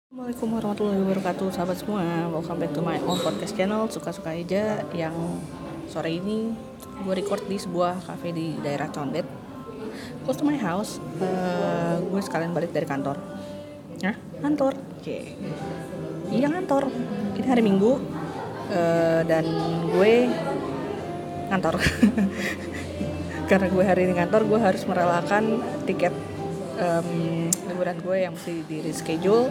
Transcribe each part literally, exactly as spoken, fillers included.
Assalamualaikum warahmatullahi wabarakatuh, sahabat semua. Welcome back to my own podcast channel, Suka-Suka Aja. Yang sore ini gue record di sebuah cafe di daerah Condet, close to my house. uh, Gue sekalian balik dari kantor. Hah? Kantor? Oke. Iya kantor. Ini hari Minggu, uh, dan gue kantor. Karena gue hari ini kantor, gue harus merelakan tiket um, liburan gue yang mesti di reschedule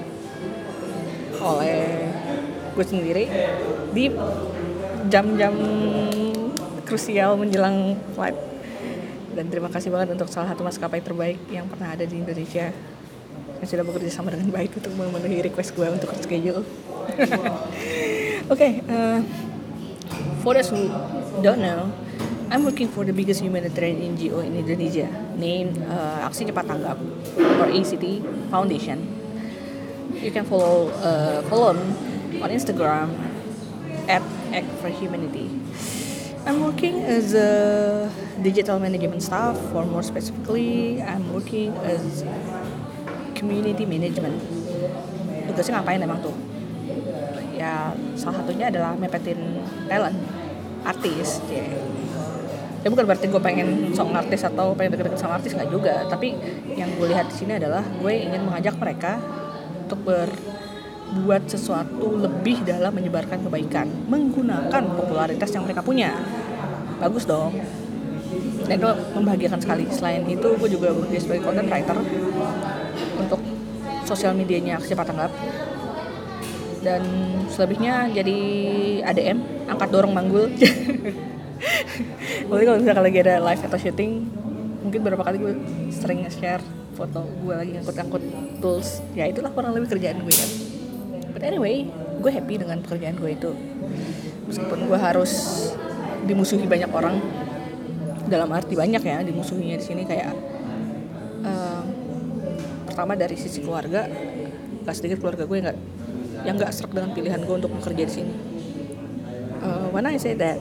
oleh gue sendiri di jam-jam krusial menjelang flight. Dan terima kasih banget untuk salah satu maskapai terbaik yang pernah ada di Indonesia yang sudah bekerja sama dengan baik untuk memenuhi request gue untuk reschedule. Oke, okay, uh, for those who don't know, I'm working for the biggest humanitarian N G O in Indonesia, named uh, Aksi Cepat Tanggap or A C T Foundation. You can follow uh, follow on Instagram at Act for Humanity. I'm working as a digital management staff, or more specifically, I'm working as community management. Tugasnya ngapain emang tuh? Ya salah satunya adalah mepetin talent, artis. Yeah. Ya bukan berarti gue pengen sok artis atau pengen deket-deket sama artis, nggak juga. Tapi yang gue lihat di sini adalah gue ingin mengajak mereka untuk berbuat sesuatu lebih dalam menyebarkan kebaikan menggunakan popularitas yang mereka punya. Bagus dong. Dan itu membahagiakan sekali. Selain itu gue juga bekerja sebagai content writer untuk sosial medianya Aksi Cepat Tanggap. Dan selebihnya jadi A D M, angkat dorong manggul. Berarti kalau misalkan lagi ada live atau syuting, mungkin beberapa kali gue sering nge-share foto gue lagi ngangkut-ngangkut tools. Ya itulah kurang lebih kerjaan gue ya. But anyway, gue happy dengan pekerjaan gue itu. Meskipun gue harus dimusuhi banyak orang, dalam arti banyak ya dimusuhinya di sini, kayak uh, pertama dari sisi keluarga, gak sedikit keluarga gue nggak yang nggak serak dengan pilihan gue untuk bekerja di sini. Uh, when I say that,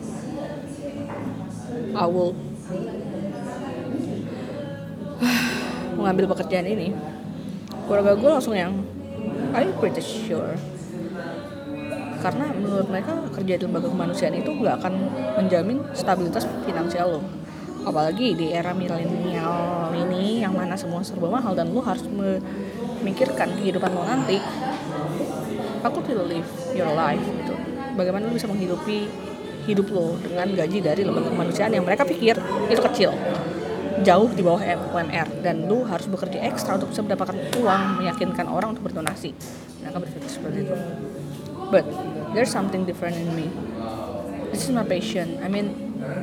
I will mengambil pekerjaan ini, keluarga gue langsung yang I'm pretty sure, karena menurut mereka kerja di lembaga kemanusiaan itu nggak akan menjamin stabilitas finansial lo, apalagi di era milenial ini yang mana semua serba mahal dan lo harus memikirkan kehidupan lo nanti. Aku will live your life gitu. Bagaimana lo bisa menghidupi hidup lo dengan gaji dari lembaga kemanusiaan yang mereka pikir itu kecil, jauh di bawah U M R, dan lu harus bekerja ekstra untuk bisa mendapatkan uang, meyakinkan orang untuk berdonasi. Mereka berpikir seperti itu. But there's something different in me. This is my passion. I mean,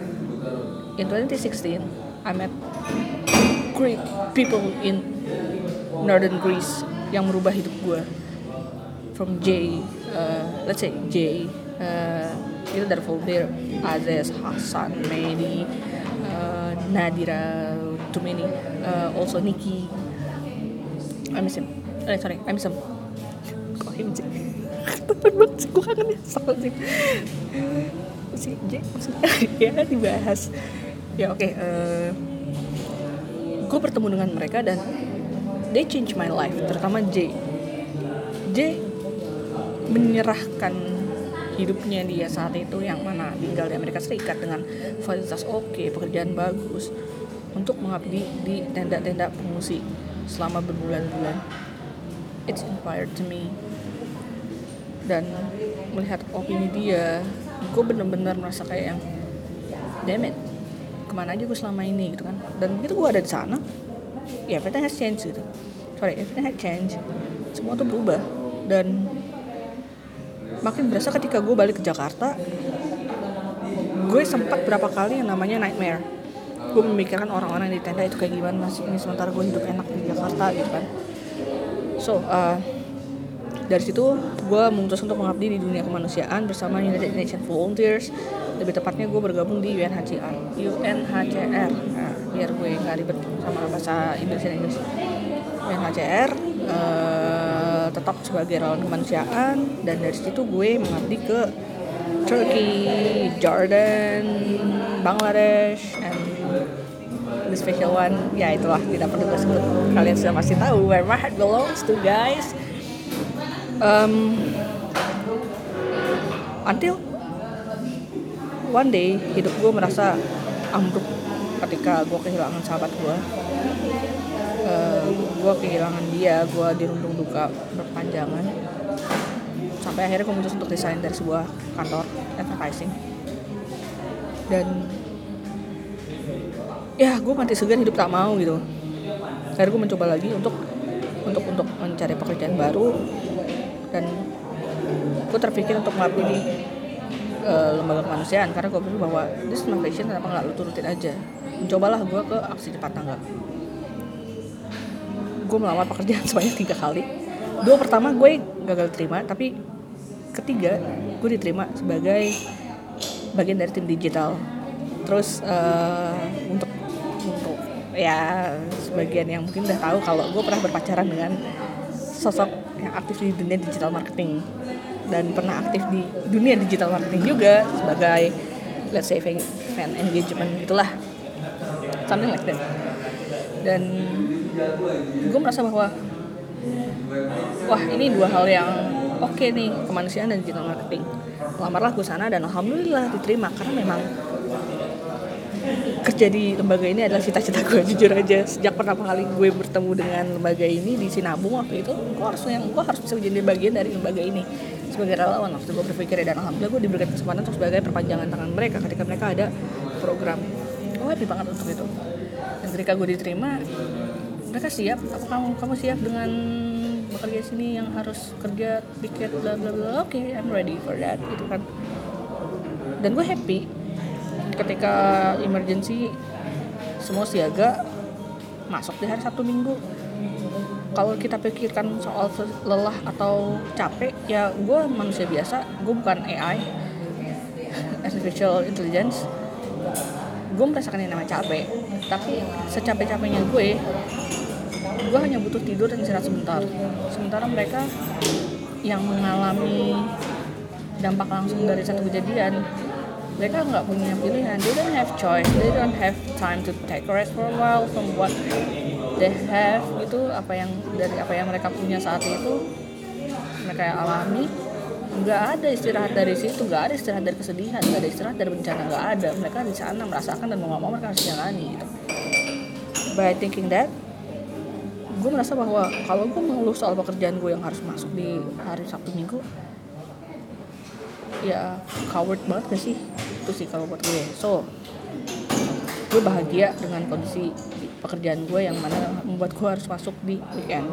in twenty sixteen, I met great people in northern Greece yang merubah hidup gue. From J, uh, let's say J, uh, Ildar Volder, Aziz, Hassan, Mehdi, uh, Nadira, too many, uh, also Nikki. I miss him. Eh sorry, I miss him. Kok him sih? Tepat banget sih, gue kangen ya sama sih. Si J maksudnya ya dibahas. Ya oke, okay, uh, gue bertemu dengan mereka dan they change my life, terutama J. J menyerahkan hidupnya dia saat itu yang mana tinggal di Amerika Serikat dengan fasilitas oke, pekerjaan bagus, untuk mengabdi di tenda-tenda pengungsi selama berbulan-bulan. It's inspired to me. Dan melihat opini dia, gue benar-benar merasa kayak yang damn it, kemana aja gue selama ini gitu kan. Dan itu gue ada di sana, ya everything has changed gitu. Sorry, everything has changed. Semua tuh berubah. Dan makin berasa ketika gue balik ke Jakarta, gue sempat berapa kali yang namanya nightmare. Gue memikirkan orang-orang di tenda itu kayak gimana sih ini, sementara gue hidup enak di Jakarta gitu kan. So uh, dari situ gue memutuskan untuk mengabdi di dunia kemanusiaan bersama United Nations Volunteers. Lebih tepatnya gue bergabung di U N H C R. U N H C R. Nah, biar gue nggak ribet sama bahasa Inggris dan Inggris. U N H C R. Uh, tetap sebagai relawan kemanusiaan, dan dari situ gue mengabdi ke Turkey, Jordan, Bangladesh, and the special one, ya itulah, tidak perlu gue sebut, kalian sudah pasti tahu where my heart belongs to guys. um, until one day hidup gue merasa ambruk ketika gue kehilangan sahabat gue. uh, gue kehilangan dia, gue dirundung duka berpanjangan sampai akhirnya gue memutuskan untuk resign dari sebuah kantor advertising. Dan ya gue mati segan hidup tak mau gitu. Akhirnya gue mencoba lagi untuk untuk untuk mencari pekerjaan baru, dan gue terpikir untuk mengabdi di uh, lembaga kemanusiaan karena gue pikir bahwa this is my passion, kenapa nggak lu turutin aja. Mencobalah gue ke aksi cepat tanggap. Gue melamar pekerjaan sebanyak tiga kali. Dua pertama gue gagal terima, tapi ketiga gue diterima sebagai bagian dari tim digital. Terus uh, untuk untuk ya sebagian yang mungkin udah tahu kalau gue pernah berpacaran dengan sosok yang aktif di dunia digital marketing dan pernah aktif di dunia digital marketing juga sebagai let's say fan engagement gitulah, something like that. Dan gue merasa bahwa wah ini dua hal yang oke okay nih, kemanusiaan dan digital marketing. Lamarlah gue sana dan alhamdulillah diterima karena memang kerja di lembaga ini adalah cita-cita gue. Jujur aja sejak pertama kali gue bertemu dengan lembaga ini di Sinabung waktu itu, gue harus yang gue harus bisa menjadi bagian dari lembaga ini sebagai relawan. Waktu gue berpikir, dan alhamdulillah gue diberikan kesempatan untuk sebagai perpanjangan tangan mereka ketika mereka ada program. Gue happy banget untuk itu. Dan ketika gue diterima, mereka siap. Apa kamu kamu siap dengan bekerja di sini yang harus kerja tiket bla bla bla? Oke, okay, I'm ready for that gitu kan. Dan gue happy ketika emergency semua siaga masuk di hari Sabtu Minggu. Kalau kita pikirkan soal lelah atau capek, ya gue manusia biasa, gue bukan A I, artificial intelligence. Gue merasakan yang namanya capek, tapi secapek-capeknya gue, gue hanya butuh tidur dan istirahat sebentar. Sementara mereka yang mengalami dampak langsung dari satu kejadian, mereka nggak punya pilihan. They don't have choice, they don't have time to take a rest for a while from what they have. Itu apa yang dari apa yang mereka punya saat itu mereka alami. Nggak ada istirahat dari situ, nggak ada istirahat dari kesedihan, nggak ada istirahat dari bencana, nggak ada. Mereka di sana merasakan dan mau nggak mau mereka harus jalani gitu. By thinking that, gue merasa bahwa kalau gue mengeluh soal pekerjaan gue yang harus masuk di hari Sabtu Minggu, ya coward banget gak sih? Itu sih kalau buat gue. So gue bahagia dengan kondisi pekerjaan gue yang mana membuat gue harus masuk di weekend.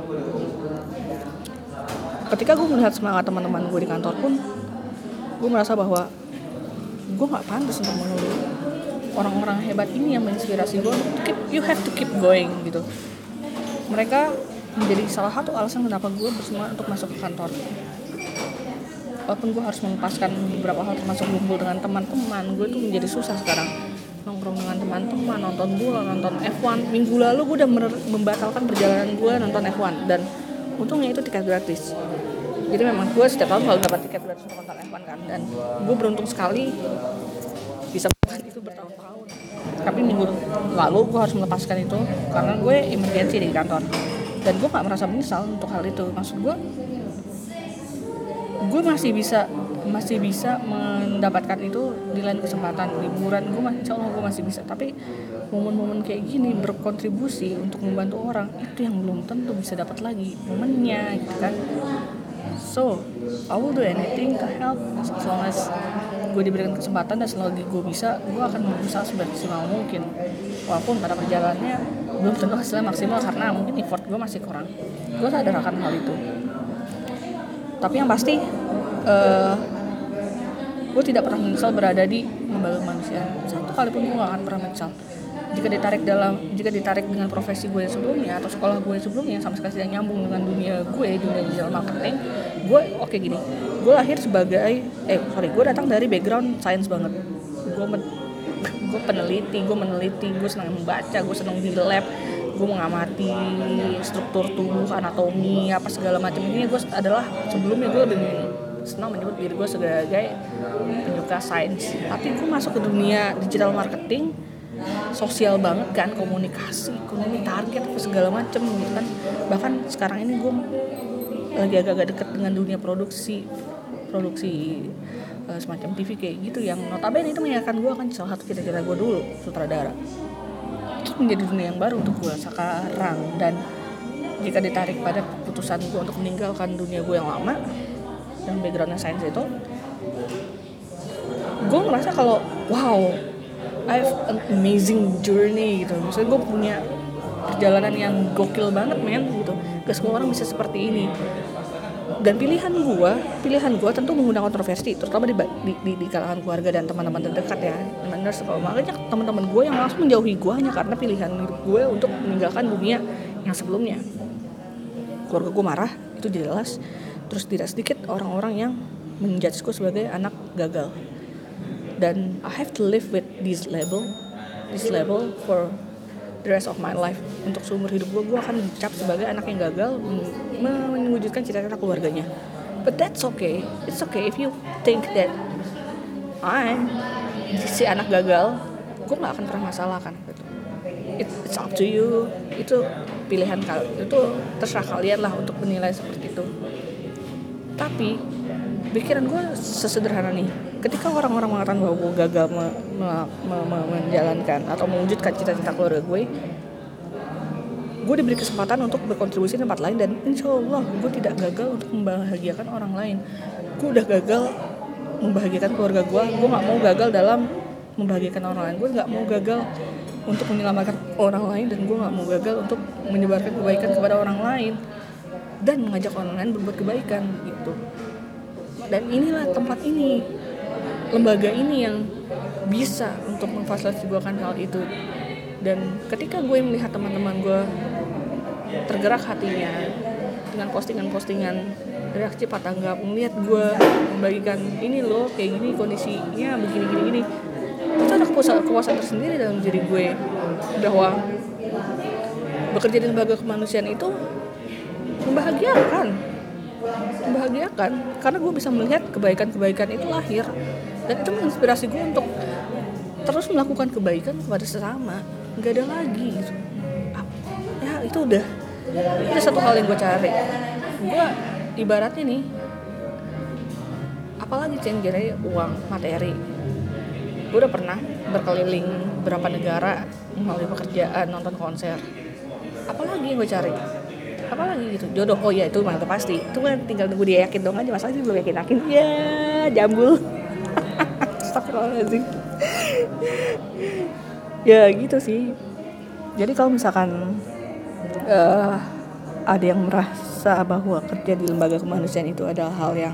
Ketika gue melihat semangat teman-teman gue di kantor pun, gue merasa bahwa gue gak pantas untuk mengeluh. Orang-orang hebat ini yang menginspirasi gue untuk keep, you have to keep going gitu. Mereka menjadi salah satu alasan kenapa gue bersemangat untuk masuk ke kantor. Walaupun gue harus melepaskan beberapa hal termasuk kumpul dengan teman-teman, gue tuh menjadi susah sekarang nongkrong dengan teman-teman, nonton bola, nonton F satu. Minggu lalu gue udah membatalkan perjalanan gue nonton F satu dan untungnya itu tiket gratis. Jadi memang gue setiap tahun selalu dapat tiket gratis untuk nonton F satu kan, dan gue beruntung sekali bisa melakukan itu bertahun-tahun. Tapi minggu lalu gue harus melepaskan itu karena gue emergency di kantor, dan gue nggak merasa menyesal untuk hal itu. Maksud gue, gue masih bisa masih bisa mendapatkan itu di lain kesempatan. Liburan gue masih, insya Allah gue masih bisa. Tapi momen-momen kayak gini berkontribusi untuk membantu orang, itu yang belum tentu bisa dapat lagi momennya gitu kan. So I will do anything to help as long as gue diberikan kesempatan, dan selagi gue bisa, gue akan berusaha semaksimal mungkin. Walaupun pada perjalanannya belum tentu hasilnya maksimal karena mungkin effort gue masih kurang. Gue sadar akan hal itu. Tapi yang pasti uh, gue tidak pernah menyesal berada di lembaga kemanusiaan. Satu kali pun gue gak akan pernah menyesal. Jika ditarik dalam, jika ditarik dengan profesi gue yang sebelumnya atau sekolah gue yang sebelumnya yang sama sekali tidak nyambung dengan dunia gue, dunia digital marketing, gue oke okay, gini. Gue lahir sebagai, eh sorry, gue datang dari background science banget. Gue men, gue peneliti, gue meneliti, gue senang membaca, gue senang di lab, gue mengamati struktur tubuh, anatomi, apa segala macam. Ini gue adalah sebelumnya gue lebih senang menyebut diri gue sebagai penyuka sains. Tapi gue masuk ke dunia digital marketing, sosial banget kan, komunikasi, ekonomi, target, apa segala macam gitu kan. Bahkan sekarang ini gue lagi agak-agak dekat dengan dunia produksi produksi uh, semacam T V kayak gitu yang notabene itu mengingatkan gue kan salah satu cita-cita gue dulu sutradara. Itu menjadi dunia yang baru untuk gue sekarang, dan jika ditarik pada keputusan gue untuk meninggalkan dunia gue yang lama yang backgroundnya sains itu, gue ngerasa kalau wow, I have an amazing journey gitu. Maksudnya gue punya perjalanan yang gokil banget men gitu. Gak semua orang bisa seperti ini. Dan pilihan gue, pilihan gue tentu mengundang kontroversi, terutama di, di, di, di kalangan keluarga dan teman-teman terdekat ya. Benar, makanya teman-teman gue yang langsung menjauhi gue hanya karena pilihan hidup gue untuk meninggalkan dunia yang sebelumnya. Keluarga gue marah, itu jelas. Terus tidak sedikit orang-orang yang menjudge gue sebagai anak gagal. Dan I have to live with this label, this label for the rest of my life. Untuk seumur hidup gue, gue akan dicap sebagai anak yang gagal mewujudkan cita-cita keluarganya. But that's okay. It's okay if you think that I'm si anak gagal. Gue nggak akan pernah masalahkan. Gitu. It's up to you. Itu pilihan kalian. Itu terserah kalian lah untuk menilai seperti itu. Tapi pikiran gue sesederhana nih. Ketika orang-orang mengatakan bahwa gue gagal me- me- me- me- menjalankan atau mewujudkan cita-cita keluarga gue, gue diberi kesempatan untuk berkontribusi di tempat lain, dan insya Allah gue tidak gagal untuk membahagiakan orang lain. Gue udah gagal membahagiakan keluarga gue, gue nggak mau gagal dalam membahagiakan orang lain, gue nggak mau gagal untuk menyelamatkan orang lain, dan gue nggak mau gagal untuk menyebarkan kebaikan kepada orang lain dan mengajak orang lain berbuat kebaikan gitu. Dan inilah tempat ini, lembaga ini yang bisa untuk memfasilitasikan hal itu. Dan ketika gue melihat teman-teman gue tergerak hatinya dengan postingan-postingan reaksi cepat tanggap, melihat gue membagikan ini loh kayak gini kondisinya begini-gini-gini, itu ada kepuasan, kepuasan tersendiri dalam diri gue bahwa bekerja di lembaga kemanusiaan itu membahagiakan membahagiakan karena gue bisa melihat kebaikan-kebaikan itu lahir, dan itu menginspirasi gue untuk terus melakukan kebaikan kepada sesama. Nggak ada lagi gitu. Ya itu udah itu satu hal yang gue cari. Gue ibaratnya nih, apalagi cengjerai uang materi, gue udah pernah berkeliling beberapa negara melalui pekerjaan, nonton konser. Apalagi yang gue cari, apalagi gitu, jodoh. Oh ya itu mantap pasti, itu kan tinggal nunggu dia yakin dong aja. Masalahnya sih belum yakin yakin ya jambul. Astagfirullahaladzim. Ya gitu sih. Jadi kalau misalkan uh, ada yang merasa bahwa kerja di lembaga kemanusiaan itu adalah hal yang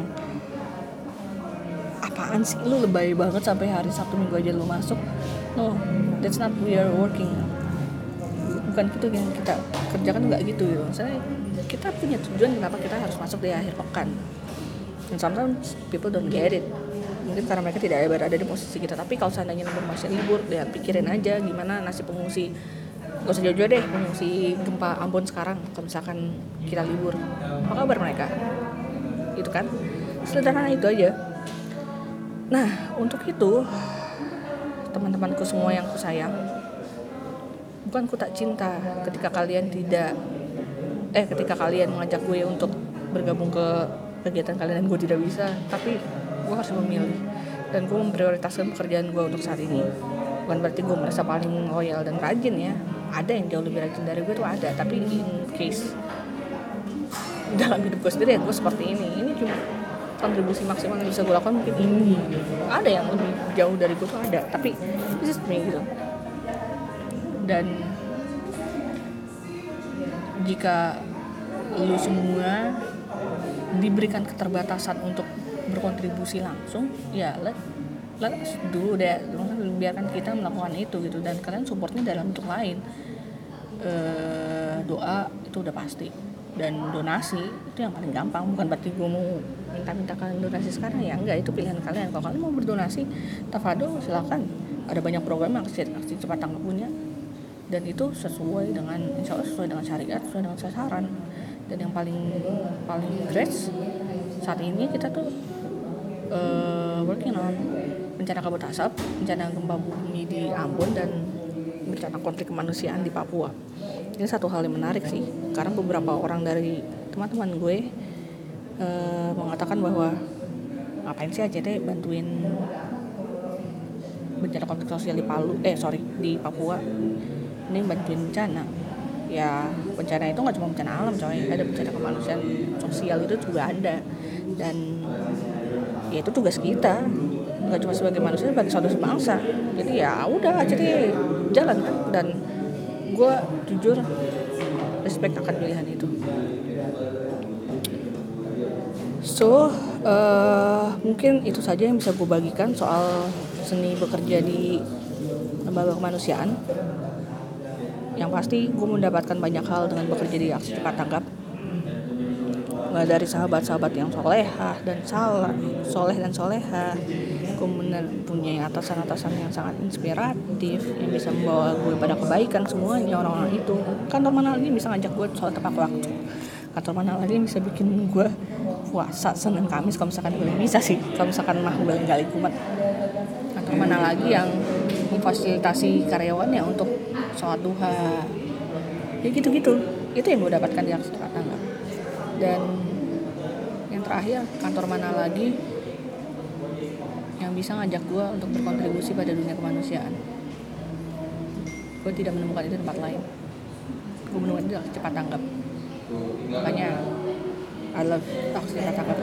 apaan sih, lu lebay banget sampai hari Sabtu Minggu aja lu masuk. No, that's not we are working. Bukan gitu yang kita kerjakan, nggak gitu gitu. Misalnya kita punya tujuan kenapa kita harus masuk di akhir pekan. And sometimes people don't get it. Mungkin karena mereka tidak berada di posisi kita. Tapi kalau seandainya lembur masih libur, ya pikirin aja gimana nasib pengungsi. Gak usah jauh-jauh deh, pengungsi gempa Ambon sekarang. Kalau misalkan kita libur, apa kabar mereka? Itu kan sederhana itu aja. Nah untuk itu teman-temanku semua yang aku sayang, bukan ku tak cinta ketika kalian tidak eh ketika kalian mengajak gue untuk bergabung ke kegiatan kalian dan gue tidak bisa, tapi gue harus memilih dan gue memprioritaskan pekerjaan gue untuk saat ini. Bukan berarti gue merasa paling loyal dan rajin ya, ada yang jauh lebih rajin dari gue tuh ada, tapi in case dalam hidup gue sendiri ya gue seperti ini, ini cuma kontribusi maksimal yang bisa gue lakukan mungkin ini. Ada yang lebih jauh dari gue tuh ada, tapi this is me gitu. Dan jika lu semua diberikan keterbatasan untuk berkontribusi langsung, ya let let's do that. Biarkan kita melakukan itu gitu, dan kalian supportnya dalam bentuk lain. E, doa itu udah pasti, dan donasi itu yang paling gampang. Bukan berarti gue mau minta-minta kalian donasi sekarang ya, enggak, itu pilihan kalian. Kalau kalian mau berdonasi tafadhol silakan, ada banyak program yang aksi cepat tanggap punya, dan itu sesuai dengan insya Allah sesuai dengan syariat, sesuai dengan sasaran. Dan yang paling paling great saat ini kita tuh uh, working on bencana kabut asap, bencana gempa bumi di Ambon, dan bencana konflik kemanusiaan di Papua. Ini satu hal yang menarik sih, karena beberapa orang dari teman-teman gue uh, mengatakan bahwa ngapain sih A C T bantuin bencana konflik sosial di Palu, eh sorry di Papua, ini bantuin bencana. Ya bencana itu nggak cuma bencana alam coy, ada bencana kemanusiaan sosial itu juga ada, dan ya itu tugas kita, nggak cuma sebagai manusia, sebagai saudara sebangsa. Jadi ya udah A C T jalan kan, dan gue jujur respect akan pilihan itu. So uh, mungkin itu saja yang bisa gue bagikan soal seni bekerja di lembaga kemanusiaan. Yang pasti gue mendapatkan banyak hal dengan bekerja di aksi cepat tanggap. Mulai dari sahabat-sahabat yang solehah dan salah, soleh dan soleha. Gue punya atasan-atasan yang sangat inspiratif, yang bisa membawa gue pada kebaikan semuanya orang-orang itu. Kantor mana lagi bisa ngajak gue soal tepat waktu. Kantor mana lagi bisa bikin gue puasa Senin Kamis kalau misalkan gue bisa sih, kalau misalkan mah gue gali kumat. Kantor mana lagi yang memfasilitasi karyawannya untuk sholat duha, ya gitu-gitu. Itu yang gue dapatkan di aksi cepat tanggap. Dan yang terakhir, kantor mana lagi yang bisa ngajak gue untuk berkontribusi pada dunia kemanusiaan. Gue tidak menemukan itu di tempat lain. Gue menemukan itu di aksi cepat tanggap. Makanya I love aksi cepat tanggap.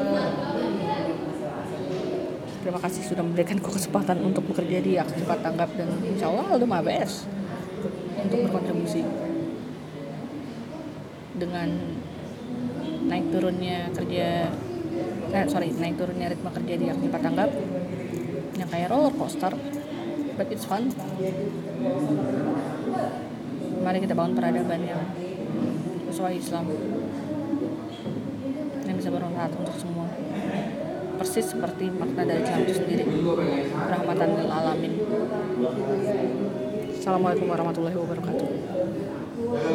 Terima kasih sudah memberikan gue kesempatan untuk bekerja di aksi cepat tanggap, dan insya Allah I'll do my best untuk berkontribusi dengan naik turunnya kerja, eh, sorry naik turunnya ritme kerja di aksi cepat tanggap yang kayak roller coaster, but it's fun. Mari kita bangun peradaban yang sesuai Islam, yang bisa bermanfaat untuk semua, persis seperti makna dari Islam itu sendiri, rahmatan lil alamin. Assalamualaikum warahmatullahi wabarakatuh.